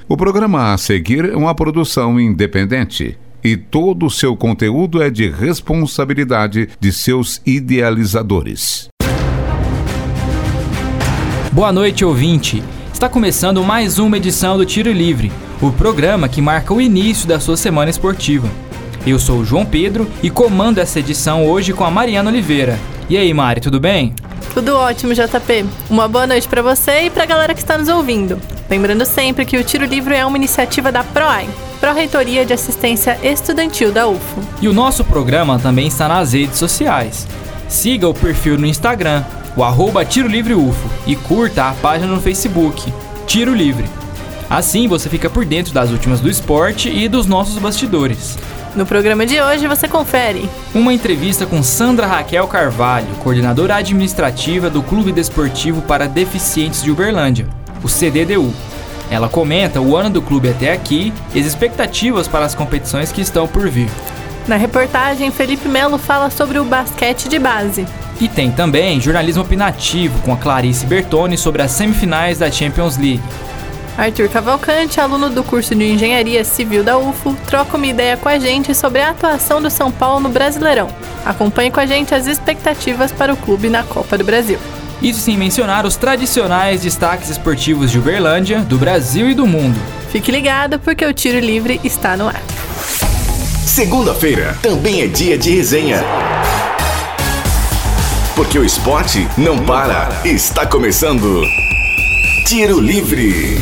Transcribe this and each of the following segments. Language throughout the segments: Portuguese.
O programa a seguir é uma produção independente e todo o seu conteúdo é de responsabilidade de seus idealizadores. Boa noite, ouvinte! Está começando mais uma edição do Tiro Livre, o programa que marca o início da sua semana esportiva. Eu sou o João Pedro e comando essa edição hoje com a Mariana Oliveira. E aí, Mari, tudo bem? Tudo ótimo, JP. Uma boa noite para você e para a galera que está nos ouvindo. Lembrando sempre que o Tiro Livre é uma iniciativa da PROAI, Pró-Reitoria de Assistência Estudantil da UFO. E o nosso programa também está nas redes sociais. Siga o perfil no Instagram, o @TiroLivreUFO, e curta a página no Facebook, Tiro Livre. Assim você fica por dentro das últimas do esporte e dos nossos bastidores. No programa de hoje você confere uma entrevista com Sandra Raquel Carvalho, coordenadora administrativa do Clube Desportivo para Deficientes de Uberlândia, o CDDU. Ela comenta o ano do clube até aqui e as expectativas para as competições que estão por vir. Na reportagem, Felipe Melo fala sobre o basquete de base. E tem também jornalismo opinativo com a Clarice Bertoni sobre as semifinais da Champions League. Arthur Cavalcante, aluno do curso de Engenharia Civil da UFO, troca uma ideia com a gente sobre a atuação do São Paulo no Brasileirão. Acompanhe com a gente as expectativas para o clube na Copa do Brasil. Isso sem mencionar os tradicionais destaques esportivos de Uberlândia, do Brasil e do mundo. Fique ligado porque o Tiro Livre está no ar. Segunda-feira também é dia de resenha. Porque o esporte não para. Está começando Tiro Livre.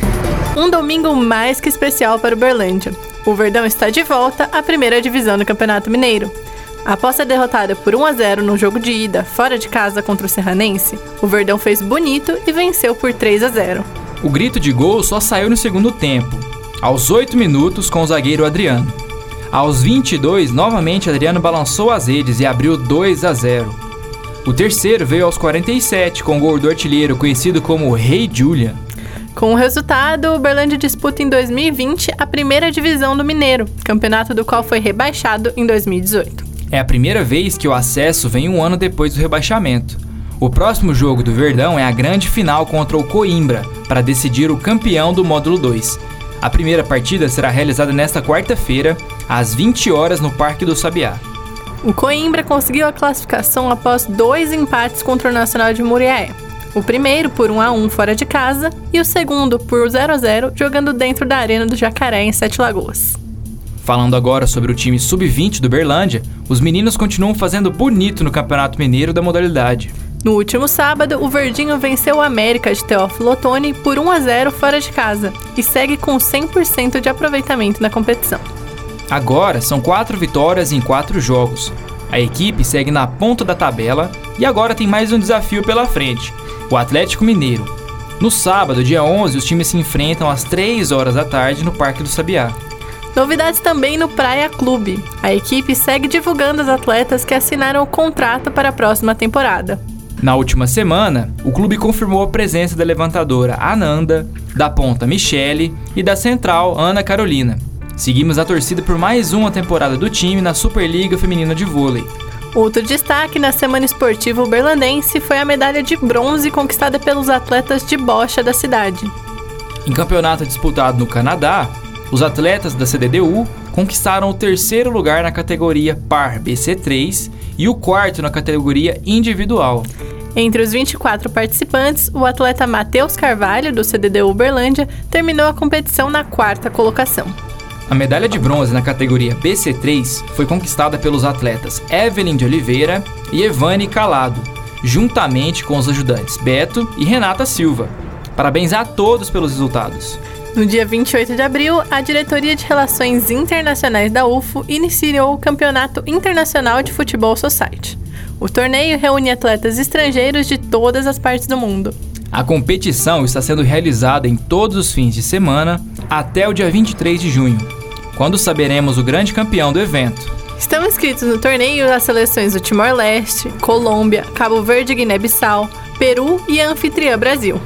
Um domingo mais que especial para Uberlândia. O Verdão está de volta à primeira divisão do Campeonato Mineiro. Após ser derrotada por 1-0 no jogo de ida, fora de casa contra o Serranense, o Verdão fez bonito e venceu por 3-0. O grito de gol só saiu no segundo tempo, aos 8 minutos com o zagueiro Adriano. Aos 22, novamente Adriano balançou as redes e abriu 2-0. O terceiro veio aos 47, com o gol do artilheiro conhecido como Rei Julian. Com o resultado, o Uberlândia disputa em 2020 a primeira divisão do Mineiro, campeonato do qual foi rebaixado em 2018. É a primeira vez que o acesso vem um ano depois do rebaixamento. O próximo jogo do Verdão é a grande final contra o Coimbra, para decidir o campeão do módulo 2. A primeira partida será realizada nesta quarta-feira, às 20 horas no Parque do Sabiá. O Coimbra conseguiu a classificação após 2 empates contra o Nacional de Muriaé. O primeiro por 1-1 fora de casa e o segundo por 0-0 jogando dentro da Arena do Jacaré em Sete Lagoas. Falando agora sobre o time sub-20 do Uberlândia, os meninos continuam fazendo bonito no Campeonato Mineiro da modalidade. No último sábado, o Verdinho venceu o América de Teófilo Otoni por 1-0 fora de casa e segue com 100% de aproveitamento na competição. Agora são 4 vitórias em 4 jogos. A equipe segue na ponta da tabela e agora tem mais um desafio pela frente, o Atlético Mineiro. No sábado, dia 11, os times se enfrentam às 3 horas da tarde no Parque do Sabiá. Novidades também no Praia Clube. A equipe segue divulgando as atletas que assinaram o contrato para a próxima temporada. Na última semana, o clube confirmou a presença da levantadora Ananda, da ponta Michele e da central Ana Carolina. Seguimos a torcida por mais uma temporada do time na Superliga Feminina de Vôlei. Outro destaque na Semana Esportiva Uberlandense foi a medalha de bronze conquistada pelos atletas de bocha da cidade. Em campeonato disputado no Canadá, os atletas da CDDU conquistaram o 3º lugar na categoria Par BC3 e o 4º na categoria individual. Entre os 24 participantes, o atleta Matheus Carvalho, do CDDU Uberlândia, terminou a competição na 4ª colocação. A medalha de bronze na categoria BC3 foi conquistada pelos atletas Evelyn de Oliveira e Evane Calado, juntamente com os ajudantes Beto e Renata Silva. Parabéns a todos pelos resultados. No dia 28 de abril, a Diretoria de Relações Internacionais da UFO iniciou o Campeonato Internacional de Futebol Society. O torneio reúne atletas estrangeiros de todas as partes do mundo. A competição está sendo realizada em todos os fins de semana até o dia 23 de junho, quando saberemos o grande campeão do evento. Estão inscritos no torneio as seleções do Timor-Leste, Colômbia, Cabo Verde e Guiné-Bissau, Peru e a anfitriã Brasil.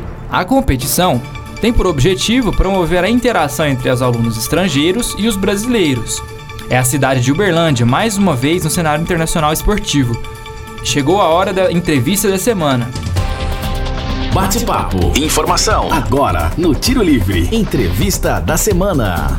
A competição tem por objetivo promover a interação entre os alunos estrangeiros e os brasileiros. É a cidade de Uberlândia mais uma vez no cenário internacional esportivo. Chegou a hora da entrevista da semana. bate-papo, informação. Agora, no Tiro Livre, entrevista da semana.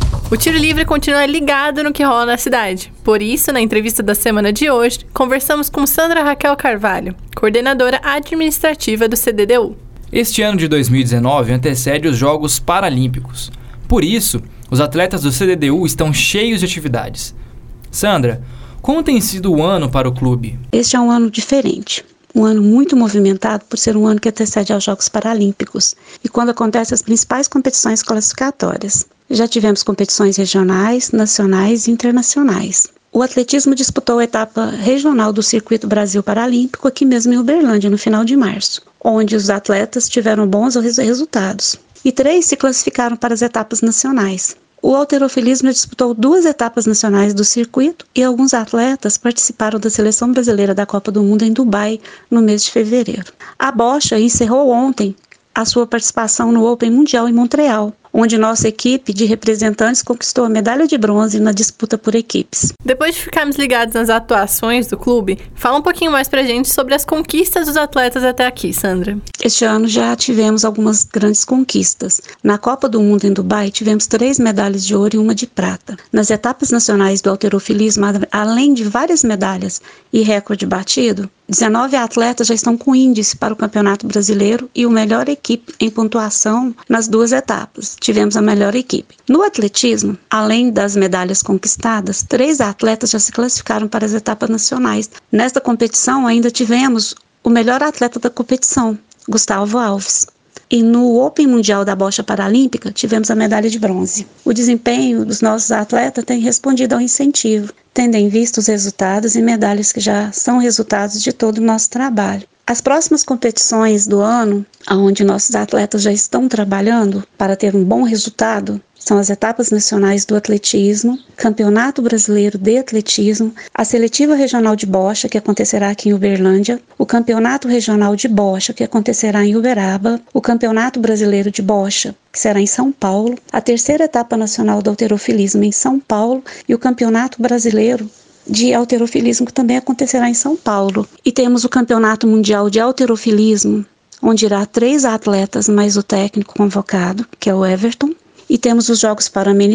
O Tiro Livre continua ligado no que rola na cidade. Por isso, na entrevista da semana de hoje, conversamos com Sandra Raquel Carvalho, coordenadora administrativa do CDDU. Este ano de 2019 antecede os Jogos Paralímpicos. Por isso, os atletas do CDDU estão cheios de atividades. Sandra, como tem sido o ano para o clube? Este é um ano diferente. Um ano muito movimentado por ser um ano que antecede aos Jogos Paralímpicos e quando acontecem as principais competições classificatórias. Já tivemos competições regionais, nacionais e internacionais. O atletismo disputou a etapa regional do Circuito Brasil Paralímpico aqui mesmo em Uberlândia, no final de março, onde os atletas tiveram bons resultados. E 3 se classificaram para as etapas nacionais. O halterofilismo disputou 2 etapas nacionais do circuito e alguns atletas participaram da seleção brasileira da Copa do Mundo em Dubai no mês de fevereiro. A bocha encerrou ontem a sua participação no Open Mundial em Montreal, onde nossa equipe de representantes conquistou a medalha de bronze na disputa por equipes. Depois de ficarmos ligados nas atuações do clube, fala um pouquinho mais pra gente sobre as conquistas dos atletas até aqui, Sandra. Este ano já tivemos algumas grandes conquistas. Na Copa do Mundo em Dubai, tivemos 3 medalhas de ouro e 1 de prata. Nas etapas nacionais do halterofilismo, além de várias medalhas e recorde batido, 19 atletas já estão com índice para o Campeonato Brasileiro e o melhor equipe em pontuação nas 2 etapas. Tivemos a melhor equipe. No atletismo, além das medalhas conquistadas, 3 atletas já se classificaram para as etapas nacionais. Nesta competição, ainda tivemos o melhor atleta da competição, Gustavo Alves. E no Open Mundial da Bocha Paralímpica, tivemos a medalha de bronze. O desempenho dos nossos atletas tem respondido ao incentivo, tendo em vista os resultados e medalhas que já são resultados de todo o nosso trabalho. As próximas competições do ano, onde nossos atletas já estão trabalhando para ter um bom resultado, são as etapas nacionais do atletismo, Campeonato Brasileiro de Atletismo, a Seletiva Regional de Bocha, que acontecerá aqui em Uberlândia, o Campeonato Regional de Bocha, que acontecerá em Uberaba, o Campeonato Brasileiro de Bocha, que será em São Paulo, a 3ª Etapa Nacional do Halterofilismo em São Paulo e o Campeonato Brasileiro de halterofilismo, que também acontecerá em São Paulo. E temos o Campeonato Mundial de Halterofilismo, onde irá 3 atletas mais o técnico convocado, que é o Everton. E temos os Jogos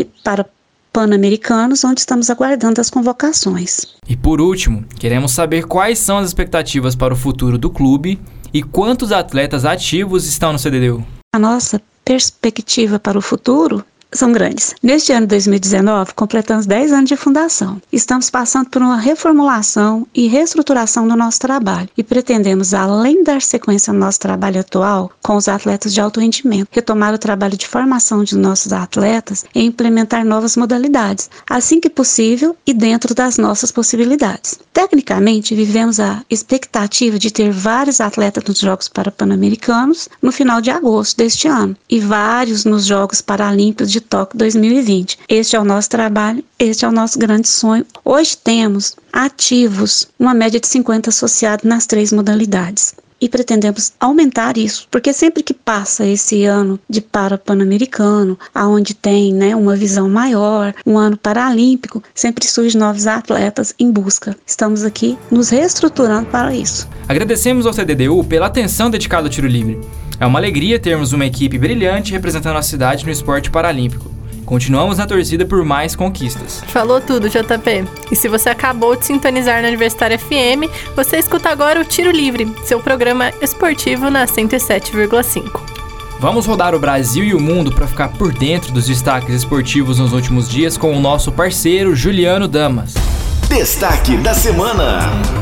Pan-Americanos, onde estamos aguardando as convocações. E por último, queremos saber quais são as expectativas para o futuro do clube e quantos atletas ativos estão no CDDU. A nossa perspectiva para o futuro são grandes. Neste ano de 2019, completamos 10 anos de fundação. Estamos passando por uma reformulação e reestruturação do nosso trabalho e pretendemos, além de dar sequência no nosso trabalho atual com os atletas de alto rendimento, retomar o trabalho de formação de nossos atletas e implementar novas modalidades, assim que possível e dentro das nossas possibilidades. Tecnicamente, vivemos a expectativa de ter vários atletas nos Jogos Pan-Americanos no final de agosto deste ano e vários nos Jogos Paralímpicos de Tóquio 2020. Este é o nosso trabalho, este é o nosso grande sonho. Hoje temos ativos uma média de 50 associados nas 3 modalidades. E pretendemos aumentar isso, porque sempre que passa esse ano de Pan-Americano, onde tem uma visão maior, um ano paralímpico, sempre surgem novos atletas em busca. Estamos aqui nos reestruturando para isso. Agradecemos ao CDDU pela atenção dedicada ao tiro livre. É uma alegria termos uma equipe brilhante representando a cidade no esporte paralímpico. Continuamos na torcida por mais conquistas. Falou tudo, JP. E se você acabou de sintonizar na Universitária FM, você escuta agora o Tiro Livre, seu programa esportivo na 107,5. Vamos rodar o Brasil e o mundo para ficar por dentro dos destaques esportivos nos últimos dias com o nosso parceiro Juliano Damas. Destaque da semana.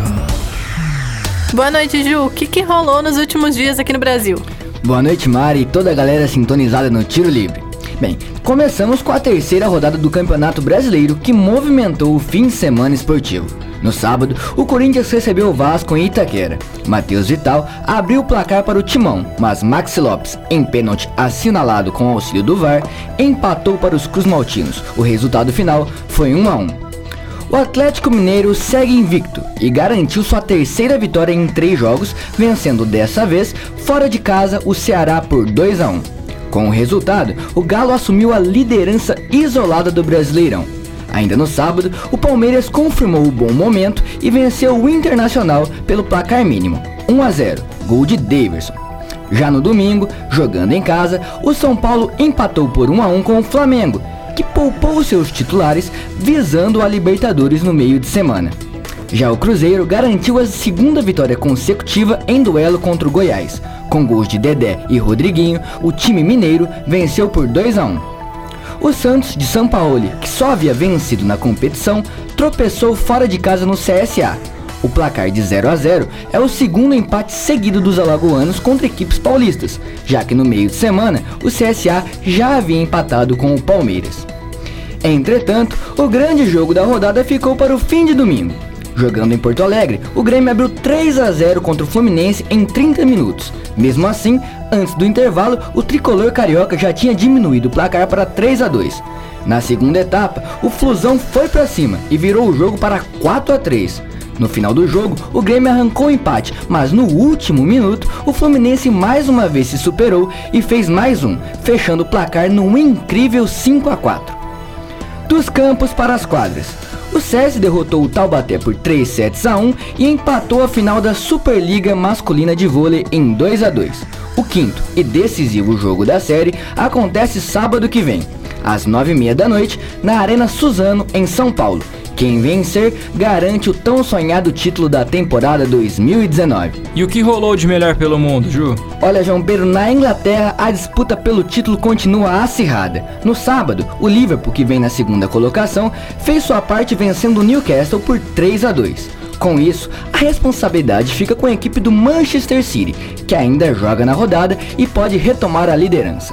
Boa noite, Ju. O que rolou nos últimos dias aqui no Brasil? Boa noite, Mari e toda a galera sintonizada no Tiro Livre. Bem, começamos com a 3ª rodada do Campeonato Brasileiro que movimentou o fim de semana esportivo. No sábado, o Corinthians recebeu o Vasco em Itaquera. Matheus Vital abriu o placar para o Timão, mas Maxi Lopes, em pênalti assinalado com auxílio do VAR, empatou para os cruzmaltinos. O resultado final foi 1-1. O Atlético Mineiro segue invicto e garantiu sua 3ª vitória em 3 jogos, vencendo dessa vez, fora de casa, o Ceará por 2-1. Com o resultado, o Galo assumiu a liderança isolada do Brasileirão. Ainda no sábado, o Palmeiras confirmou o bom momento e venceu o Internacional pelo placar mínimo, 1-0, gol de Daverson. Já no domingo, jogando em casa, o São Paulo empatou por 1-1 com o Flamengo, que poupou seus titulares visando a Libertadores no meio de semana. Já o Cruzeiro garantiu a segunda vitória consecutiva em duelo contra o Goiás. Com gols de Dedé e Rodriguinho, o time mineiro venceu por 2-1. O Santos de São Paulo, que só havia vencido na competição, tropeçou fora de casa no CSA. O placar de 0-0 é o segundo empate seguido dos alagoanos contra equipes paulistas, já que no meio de semana o CSA já havia empatado com o Palmeiras. Entretanto, o grande jogo da rodada ficou para o fim de domingo. Jogando em Porto Alegre, o Grêmio abriu 3-0 contra o Fluminense em 30 minutos. Mesmo assim, antes do intervalo, o tricolor carioca já tinha diminuído o placar para 3-2. Na segunda etapa, o Flusão foi para cima e virou o jogo para 4-3. No final do jogo, o Grêmio arrancou o empate, mas no último minuto, o Fluminense mais uma vez se superou e fez mais um, fechando o placar num incrível 5-4. Dos campos para as quadras. O CS derrotou o Taubaté por 3-1 e empatou a final da Superliga Masculina de Vôlei em 2-2. O quinto e decisivo jogo da série acontece sábado que vem, às 9h30 da noite, na Arena Suzano, em São Paulo. Quem vencer garante o tão sonhado título da temporada 2019. E o que rolou de melhor pelo mundo, Ju? Olha, João Pedro, na Inglaterra a disputa pelo título continua acirrada. No sábado, o Liverpool, que vem na segunda colocação, fez sua parte vencendo o Newcastle por 3-2. Com isso, a responsabilidade fica com a equipe do Manchester City, que ainda joga na rodada e pode retomar a liderança.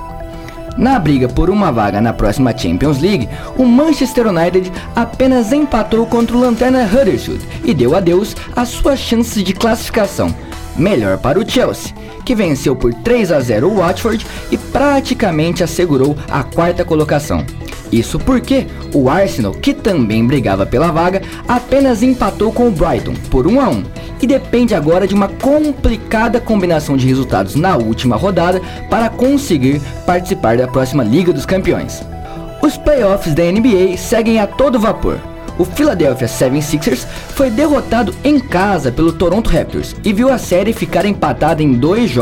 Na briga por uma vaga na próxima Champions League, o Manchester United apenas empatou contra o lanterna Huddersfield e deu adeus às suas chances de classificação. Melhor para o Chelsea, que venceu por 3-0 o Watford e praticamente assegurou a quarta colocação. Isso porque o Arsenal, que também brigava pela vaga, apenas empatou com o Brighton por 1-1 e depende agora de uma complicada combinação de resultados na última rodada para conseguir participar da próxima Liga dos Campeões. Os playoffs da NBA seguem a todo vapor. O Philadelphia 76ers foi derrotado em casa pelo Toronto Raptors e viu a série ficar empatada em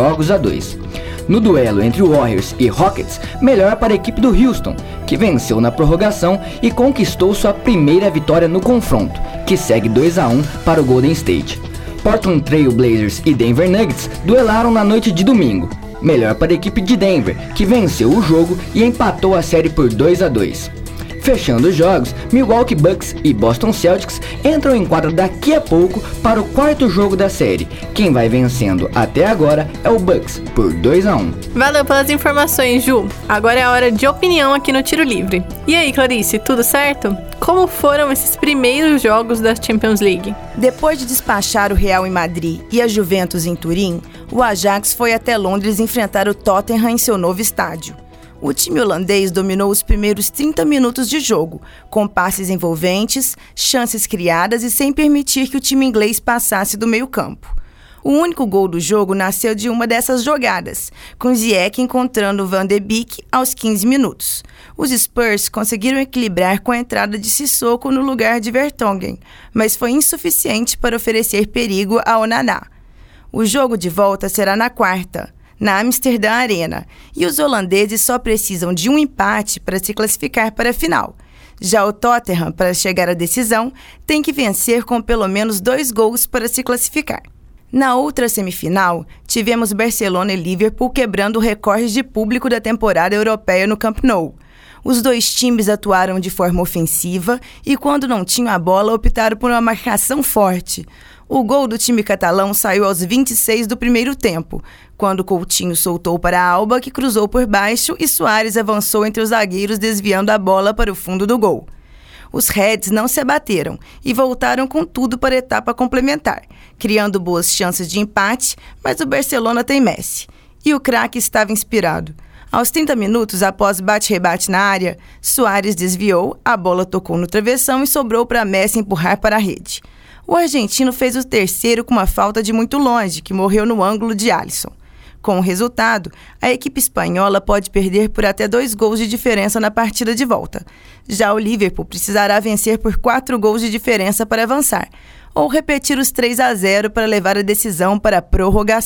2-2. No duelo entre Warriors e Rockets, melhor para a equipe do Houston, que venceu na prorrogação e conquistou sua primeira vitória no confronto, que segue 2-1 para o Golden State. Portland Trail Blazers e Denver Nuggets duelaram na noite de domingo. Melhor para a equipe de Denver, que venceu o jogo e empatou a série por 2-2. Fechando os jogos, Milwaukee Bucks e Boston Celtics entram em quadra daqui a pouco para o quarto jogo da série. Quem vai vencendo até agora é o Bucks, por 2-1. Valeu pelas informações, Ju. Agora é a hora de opinião aqui no Tiro Livre. E aí, Clarice, tudo certo? Como foram esses primeiros jogos da Champions League? Depois de despachar o Real em Madrid e a Juventus em Turim, o Ajax foi até Londres enfrentar o Tottenham em seu novo estádio. O time holandês dominou os primeiros 30 minutos de jogo, com passes envolventes, chances criadas e sem permitir que o time inglês passasse do meio-campo. O único gol do jogo nasceu de uma dessas jogadas, com Ziyech encontrando Van de Beek aos 15 minutos. Os Spurs conseguiram equilibrar com a entrada de Sissoko no lugar de Vertonghen, mas foi insuficiente para oferecer perigo a Onana. O jogo de volta será na quarta, na Amsterdã Arena, e os holandeses só precisam de um empate para se classificar para a final. Já o Tottenham, para chegar à decisão, tem que vencer com pelo menos 2 gols para se classificar. Na outra semifinal, tivemos Barcelona e Liverpool quebrando o recorde de público da temporada europeia no Camp Nou. Os dois times atuaram de forma ofensiva e, quando não tinham a bola, optaram por uma marcação forte. O gol do time catalão saiu aos 26 do primeiro tempo, quando Coutinho soltou para Alba, que cruzou por baixo, e Suárez avançou entre os zagueiros, desviando a bola para o fundo do gol. Os Reds não se abateram e voltaram com tudo para a etapa complementar, criando boas chances de empate, mas o Barcelona tem Messi. E o craque estava inspirado. Aos 30 minutos, após bate-rebate na área, Suárez desviou, a bola tocou no travessão e sobrou para Messi empurrar para a rede. O argentino fez o terceiro com uma falta de muito longe, que morreu no ângulo de Alisson. Com o resultado, a equipe espanhola pode perder por até 2 gols de diferença na partida de volta. Já o Liverpool precisará vencer por 4 gols de diferença para avançar, ou repetir os 3-0 para levar a decisão para a prorrogação.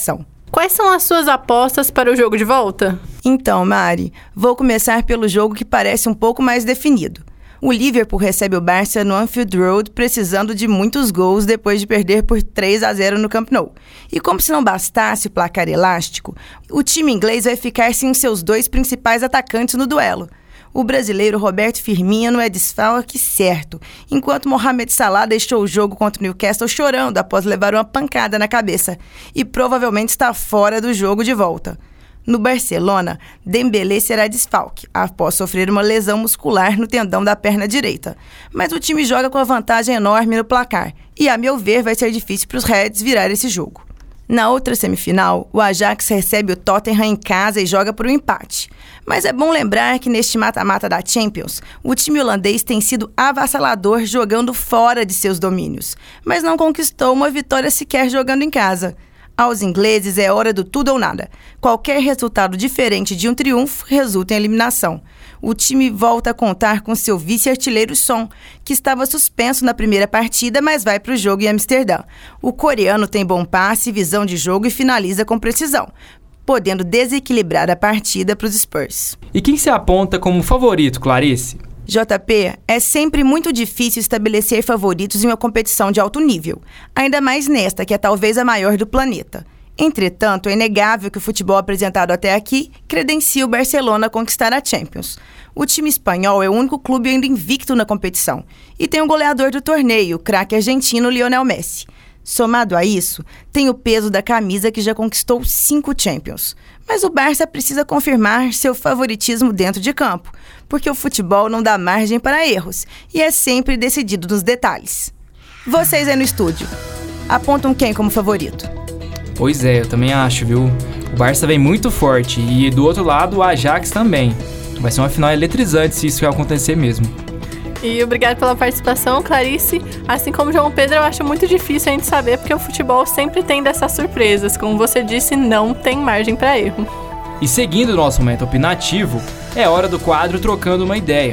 Quais são as suas apostas para o jogo de volta? Então, Mari, vou começar pelo jogo que parece um pouco mais definido. O Liverpool recebe o Barça no Anfield Road, precisando de muitos gols depois de perder por 3-0 no Camp Nou. E como se não bastasse o placar elástico, o time inglês vai ficar sem os seus 2 principais atacantes no duelo. O brasileiro Roberto Firmino é desfalque certo, enquanto Mohamed Salah deixou o jogo contra o Newcastle chorando após levar uma pancada na cabeça e provavelmente está fora do jogo de volta. No Barcelona, Dembélé será desfalque, após sofrer uma lesão muscular no tendão da perna direita. Mas o time joga com uma vantagem enorme no placar, e a meu ver vai ser difícil para os Reds virar esse jogo. Na outra semifinal, o Ajax recebe o Tottenham em casa e joga por um empate. Mas é bom lembrar que neste mata-mata da Champions, o time holandês tem sido avassalador jogando fora de seus domínios, mas não conquistou uma vitória sequer jogando em casa. Aos ingleses é hora do tudo ou nada. Qualquer resultado diferente de um triunfo resulta em eliminação. O time volta a contar com seu vice-artilheiro Son, que estava suspenso na primeira partida, mas vai para o jogo em Amsterdã. O coreano tem bom passe, visão de jogo e finaliza com precisão, podendo desequilibrar a partida para os Spurs. E quem se aponta como favorito, Clarice? JP, é sempre muito difícil estabelecer favoritos em uma competição de alto nível, ainda mais nesta, que é talvez a maior do planeta. Entretanto, é inegável que o futebol apresentado até aqui credencia o Barcelona a conquistar a Champions. O time espanhol é o único clube ainda invicto na competição e tem o goleador do torneio, o craque argentino Lionel Messi. Somado a isso, tem o peso da camisa que já conquistou 5 Champions. Mas o Barça precisa confirmar seu favoritismo dentro de campo, porque o futebol não dá margem para erros e é sempre decidido nos detalhes. Vocês aí no estúdio, apontam quem como favorito? Pois é, eu também acho, viu? O Barça vem muito forte e do outro lado o Ajax também. Vai ser uma final eletrizante se isso vai acontecer mesmo. E obrigado pela participação, Clarice. Assim como João Pedro, eu acho muito difícil a gente saber, porque o futebol sempre tem dessas surpresas. Como você disse, não tem margem para erro. E seguindo o nosso momento opinativo, é hora do quadro Trocando uma Ideia.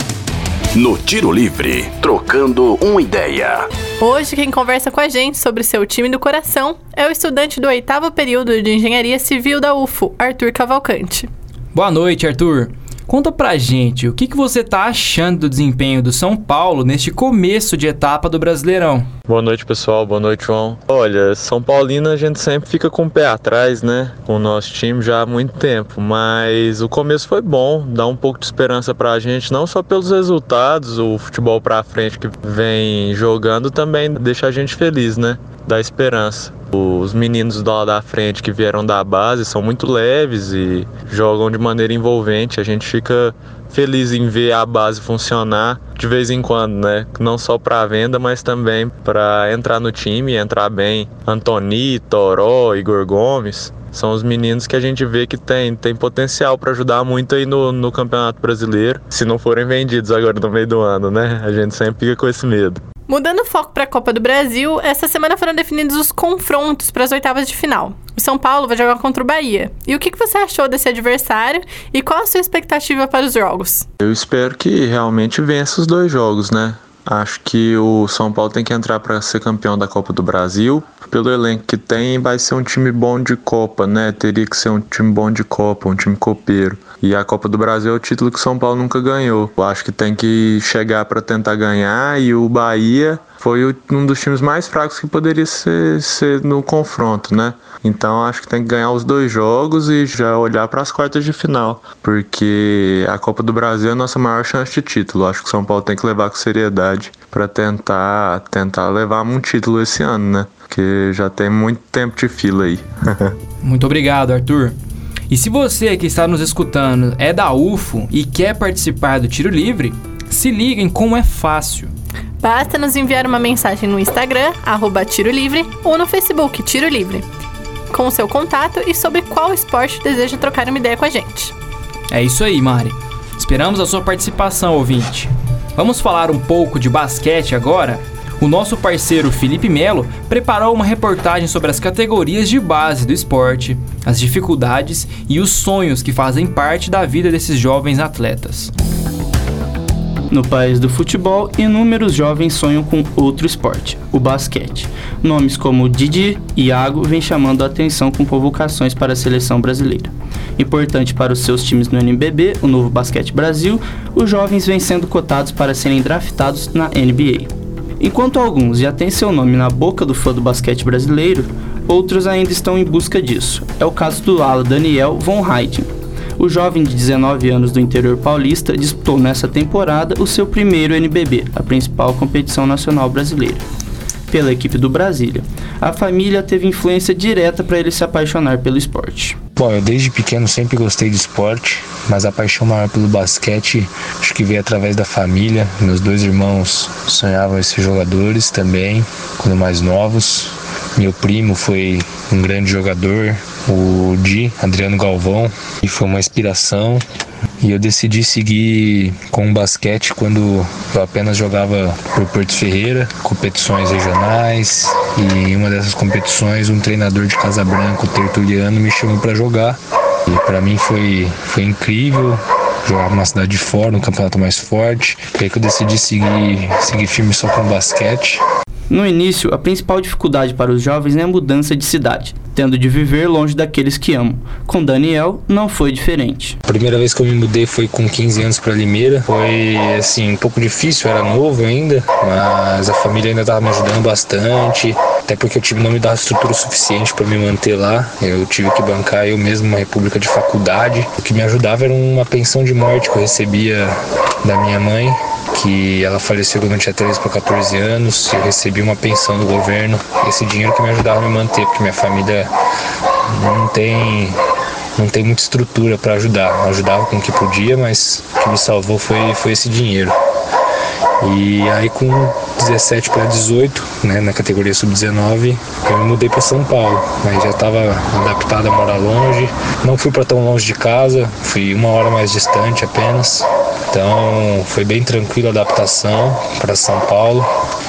No Tiro Livre, Trocando uma Ideia. Hoje quem conversa com a gente sobre seu time do coração é o estudante do 8º período de Engenharia Civil da UFO, Arthur Cavalcante. Boa noite, Arthur. Conta pra gente, o que você tá achando do desempenho do São Paulo neste começo de etapa do Brasileirão? Boa noite, pessoal. Boa noite, João. Olha, São Paulino a gente sempre fica com o pé atrás, né? Com o nosso time já há muito tempo, mas o começo foi bom, dá um pouco de esperança pra gente, não só pelos resultados, o futebol pra frente que vem jogando também deixa a gente feliz, né? Dá esperança. Os meninos lá da frente que vieram da base são muito leves e jogam de maneira envolvente. A gente fica feliz em ver a base funcionar de vez em quando, né? Não só para venda, mas também para entrar no time e entrar bem. Antony, Toró, Igor Gomes são os meninos que a gente vê que tem potencial para ajudar muito aí no Campeonato Brasileiro, se não forem vendidos agora no meio do ano, né? A gente sempre fica com esse medo. Mudando o foco para a Copa do Brasil, essa semana foram definidos os confrontos para as oitavas de final. O São Paulo vai jogar contra o Bahia. E o que você achou desse adversário e qual a sua expectativa para os jogos? Eu espero que realmente vença os 2 jogos, né? Acho que o São Paulo tem que entrar para ser campeão da Copa do Brasil. Pelo elenco que tem, vai ser um time bom de Copa, né? Teria que ser um time bom de Copa, um time copeiro. E a Copa do Brasil é o título que o São Paulo nunca ganhou. Eu acho que tem que chegar para tentar ganhar, e o Bahia foi um dos times mais fracos que poderia ser no confronto, né? Então acho que tem que ganhar os 2 jogos e já olhar para as quartas de final, porque a Copa do Brasil é a nossa maior chance de título. Acho que o São Paulo tem que levar com seriedade para tentar levar um título esse ano, né? Porque já tem muito tempo de fila aí. Muito obrigado, Arthur. E se você que está nos escutando é da UFO e quer participar do Tiro Livre, se liguem como é fácil. Basta nos enviar uma mensagem no Instagram, @TiroLivre, ou no Facebook Tiro Livre, com o seu contato e sobre qual esporte deseja trocar uma ideia com a gente. É isso aí, Mari. Esperamos a sua participação, ouvinte. Vamos falar um pouco de basquete agora? O nosso parceiro Felipe Melo preparou uma reportagem sobre as categorias de base do esporte, as dificuldades e os sonhos que fazem parte da vida desses jovens atletas. No país do futebol, inúmeros jovens sonham com outro esporte, o basquete. Nomes como Didi e Iago vêm chamando a atenção com convocações para a seleção brasileira. Importante para os seus times no NBB, o Novo Basquete Brasil, os jovens vêm sendo cotados para serem draftados na NBA. Enquanto alguns já têm seu nome na boca do fã do basquete brasileiro, outros ainda estão em busca disso. É o caso do ala Daniel von Heiden. O jovem de 19 anos do interior paulista disputou nessa temporada o seu primeiro NBB, a principal competição nacional brasileira, pela equipe do Brasília. A família teve influência direta para ele se apaixonar pelo esporte. Bom, eu desde pequeno sempre gostei de esporte, mas a paixão maior pelo basquete acho que veio através da família. Meus 2 irmãos sonhavam em ser jogadores também, quando mais novos. Meu primo foi um grande jogador, o Adriano Galvão, e foi uma inspiração. E eu decidi seguir com o basquete quando eu apenas jogava por Porto Ferreira, competições regionais, e em uma dessas competições um treinador de Casa Branca, o Tertuliano, me chamou para jogar. E para mim foi incrível jogar numa cidade de fora, num campeonato mais forte. Foi aí que eu decidi seguir firme só com o basquete. No início, a principal dificuldade para os jovens é a mudança de cidade, tendo de viver longe daqueles que amam. Com Daniel, não foi diferente. A primeira vez que eu me mudei foi com 15 anos para Limeira. Foi, assim, um pouco difícil, eu era novo ainda, mas a família ainda estava me ajudando bastante, até porque o time não me dava estrutura suficiente para me manter lá. Eu tive que bancar eu mesmo uma república de faculdade. O que me ajudava era uma pensão de morte que eu recebia da minha mãe, que ela faleceu quando eu tinha 13 para 14 anos, eu recebi uma pensão do governo, esse dinheiro que me ajudava a me manter, porque minha família não tem muita estrutura para ajudar. Eu ajudava com o que podia, mas o que me salvou foi esse dinheiro. E aí com 17 para 18, né, na categoria sub-19, eu me mudei para São Paulo, mas já estava adaptado a morar longe, não fui para tão longe de casa, fui 1 hora mais distante apenas, então foi bem tranquila a adaptação para São Paulo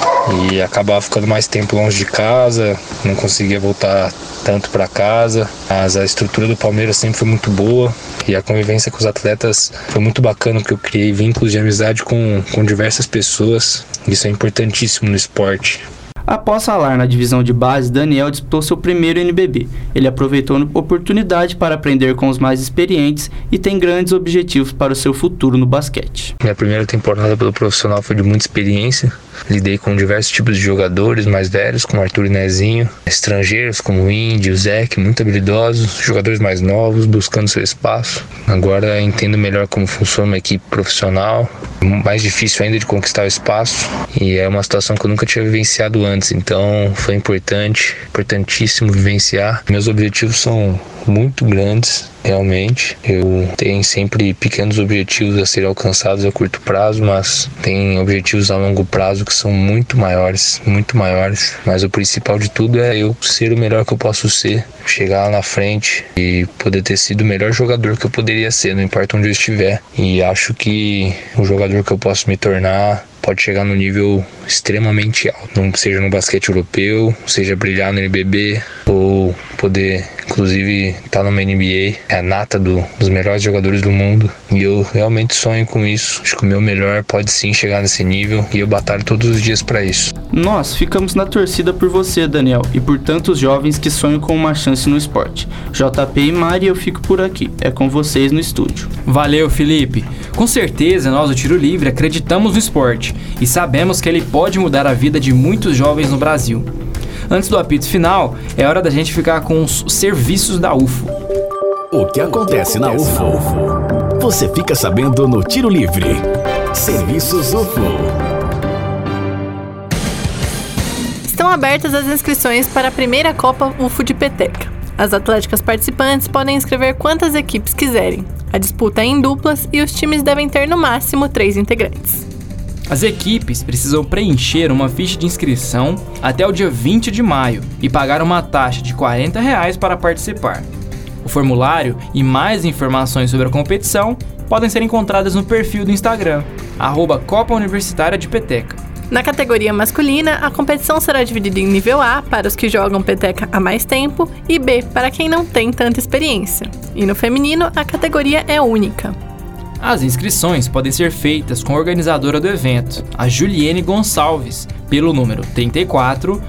e acabava ficando mais tempo longe de casa, não conseguia voltar tanto para casa, mas a estrutura do Palmeiras sempre foi muito boa e a convivência com os atletas foi muito bacana, porque eu criei vínculos de amizade com diversas pessoas. Isso é importantíssimo no esporte. Após falar na divisão de base, Daniel disputou seu primeiro NBB. Ele aproveitou a oportunidade para aprender com os mais experientes e tem grandes objetivos para o seu futuro no basquete. Minha primeira temporada pelo profissional foi de muita experiência. Lidei com diversos tipos de jogadores mais velhos, como Arthur e Nezinho, estrangeiros como o Indy, o Zeke, muito habilidosos, jogadores mais novos, buscando seu espaço. Agora entendo melhor como funciona uma equipe profissional, mais difícil ainda de conquistar o espaço, e é uma situação que eu nunca tinha vivenciado antes, então foi importantíssimo vivenciar. Meus objetivos são muito grandes, realmente. Eu tenho sempre pequenos objetivos a serem alcançados a curto prazo, mas tem objetivos a longo prazo que são muito maiores, mas o principal de tudo é eu ser o melhor que eu posso ser, chegar lá na frente e poder ter sido o melhor jogador que eu poderia ser, não importa onde eu estiver. E acho que o jogador que eu posso me tornar pode chegar no nível extremamente alto, seja no basquete europeu, seja brilhar no NBB ou poder inclusive estar numa NBA, é a nata dos melhores jogadores do mundo, e eu realmente sonho com isso. Acho que o meu melhor pode sim chegar nesse nível e eu batalho todos os dias para isso. Nós ficamos na torcida por você, Daniel, e por tantos jovens que sonham com uma chance no esporte. JP e Mari, eu fico por aqui. É com vocês no estúdio. Valeu, Felipe. Com certeza, nós do Tiro Livre acreditamos no esporte e sabemos que ele pode mudar a vida de muitos jovens no Brasil. Antes do apito final, é hora da gente ficar com os serviços da UFO. O que acontece na UFO? Você fica sabendo no Tiro Livre. Serviços UFO. Estão abertas as inscrições para a primeira Copa UFO de Peteca. As atléticas participantes podem inscrever quantas equipes quiserem. A disputa é em duplas e os times devem ter no máximo 3 integrantes. As equipes precisam preencher uma ficha de inscrição até o dia 20 de maio e pagar uma taxa de R$ 40 para participar. O formulário e mais informações sobre a competição podem ser encontradas no perfil do Instagram, @Copa Universitária de Peteca. Na categoria masculina, a competição será dividida em nível A para os que jogam peteca há mais tempo e B para quem não tem tanta experiência. E no feminino, a categoria é única. As inscrições podem ser feitas com a organizadora do evento, a Juliene Gonçalves, pelo número 34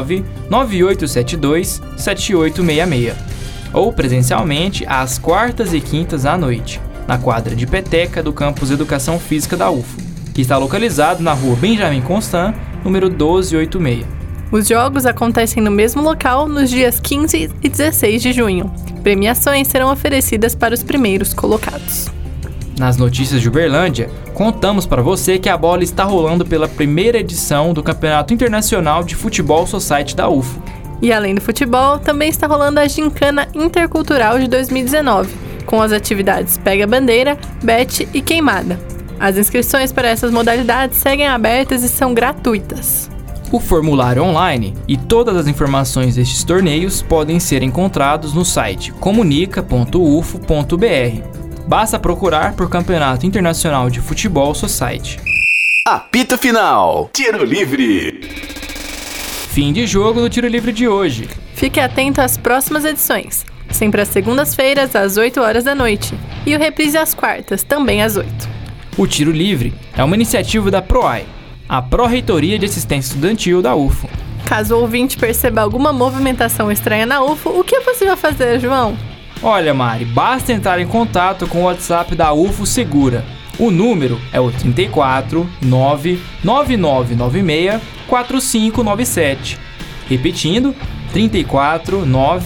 99872 7866, ou presencialmente às quartas e quintas à noite, na quadra de peteca do campus Educação Física da UFO, que está localizado na rua Benjamin Constant, número 1286. Os jogos acontecem no mesmo local nos dias 15 e 16 de junho. Premiações serão oferecidas para os primeiros colocados. Nas notícias de Uberlândia, contamos para você que a bola está rolando pela primeira edição do Campeonato Internacional de Futebol Society da UFO. E além do futebol, também está rolando a Gincana Intercultural de 2019, com as atividades Pega Bandeira, Bete e Queimada. As inscrições para essas modalidades seguem abertas e são gratuitas. O formulário online e todas as informações destes torneios podem ser encontrados no site comunica.ufo.br. Basta procurar por Campeonato Internacional de Futebol Society. Apito final. Tiro livre. Fim de jogo do Tiro Livre de hoje. Fique atento às próximas edições. Sempre às segundas-feiras, às 8 horas da noite. E o reprise às quartas, também às 8. O Tiro Livre é uma iniciativa da PROAI, a Pró-Reitoria de Assistência Estudantil da UFO. Caso o ouvinte perceba alguma movimentação estranha na UFO, o que é possível fazer, João? Olha, Mari, basta entrar em contato com o WhatsApp da UFO Segura. O número é o 34 99996 4597. Repetindo, 34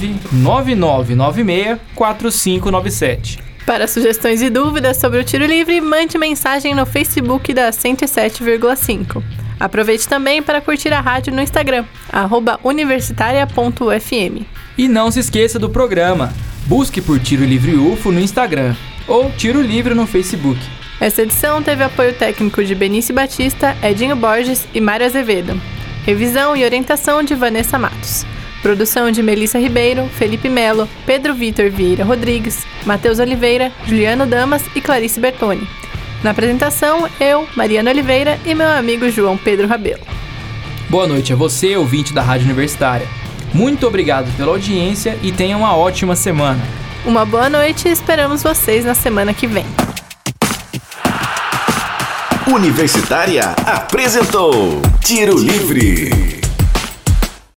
99996 4597. Para sugestões e dúvidas sobre o Tiro Livre, mande mensagem no Facebook da 107,5. Aproveite também para curtir a rádio no Instagram, @universitaria.ufm. E não se esqueça do programa. Busque por Tiro Livre UFO no Instagram ou Tiro Livre no Facebook. Essa edição teve apoio técnico de Benício Batista, Edinho Borges e Mário Azevedo. Revisão e orientação de Vanessa Matos. Produção de Melissa Ribeiro, Felipe Melo, Pedro Vitor Vieira Rodrigues, Matheus Oliveira, Juliano Damas e Clarice Bertoni. Na apresentação, eu, Mariana Oliveira e meu amigo João Pedro Rabelo. Boa noite a você, ouvinte da Rádio Universitária. Muito obrigado pela audiência e tenha uma ótima semana. Uma boa noite e esperamos vocês na semana que vem. Universitária apresentou Tiro Livre.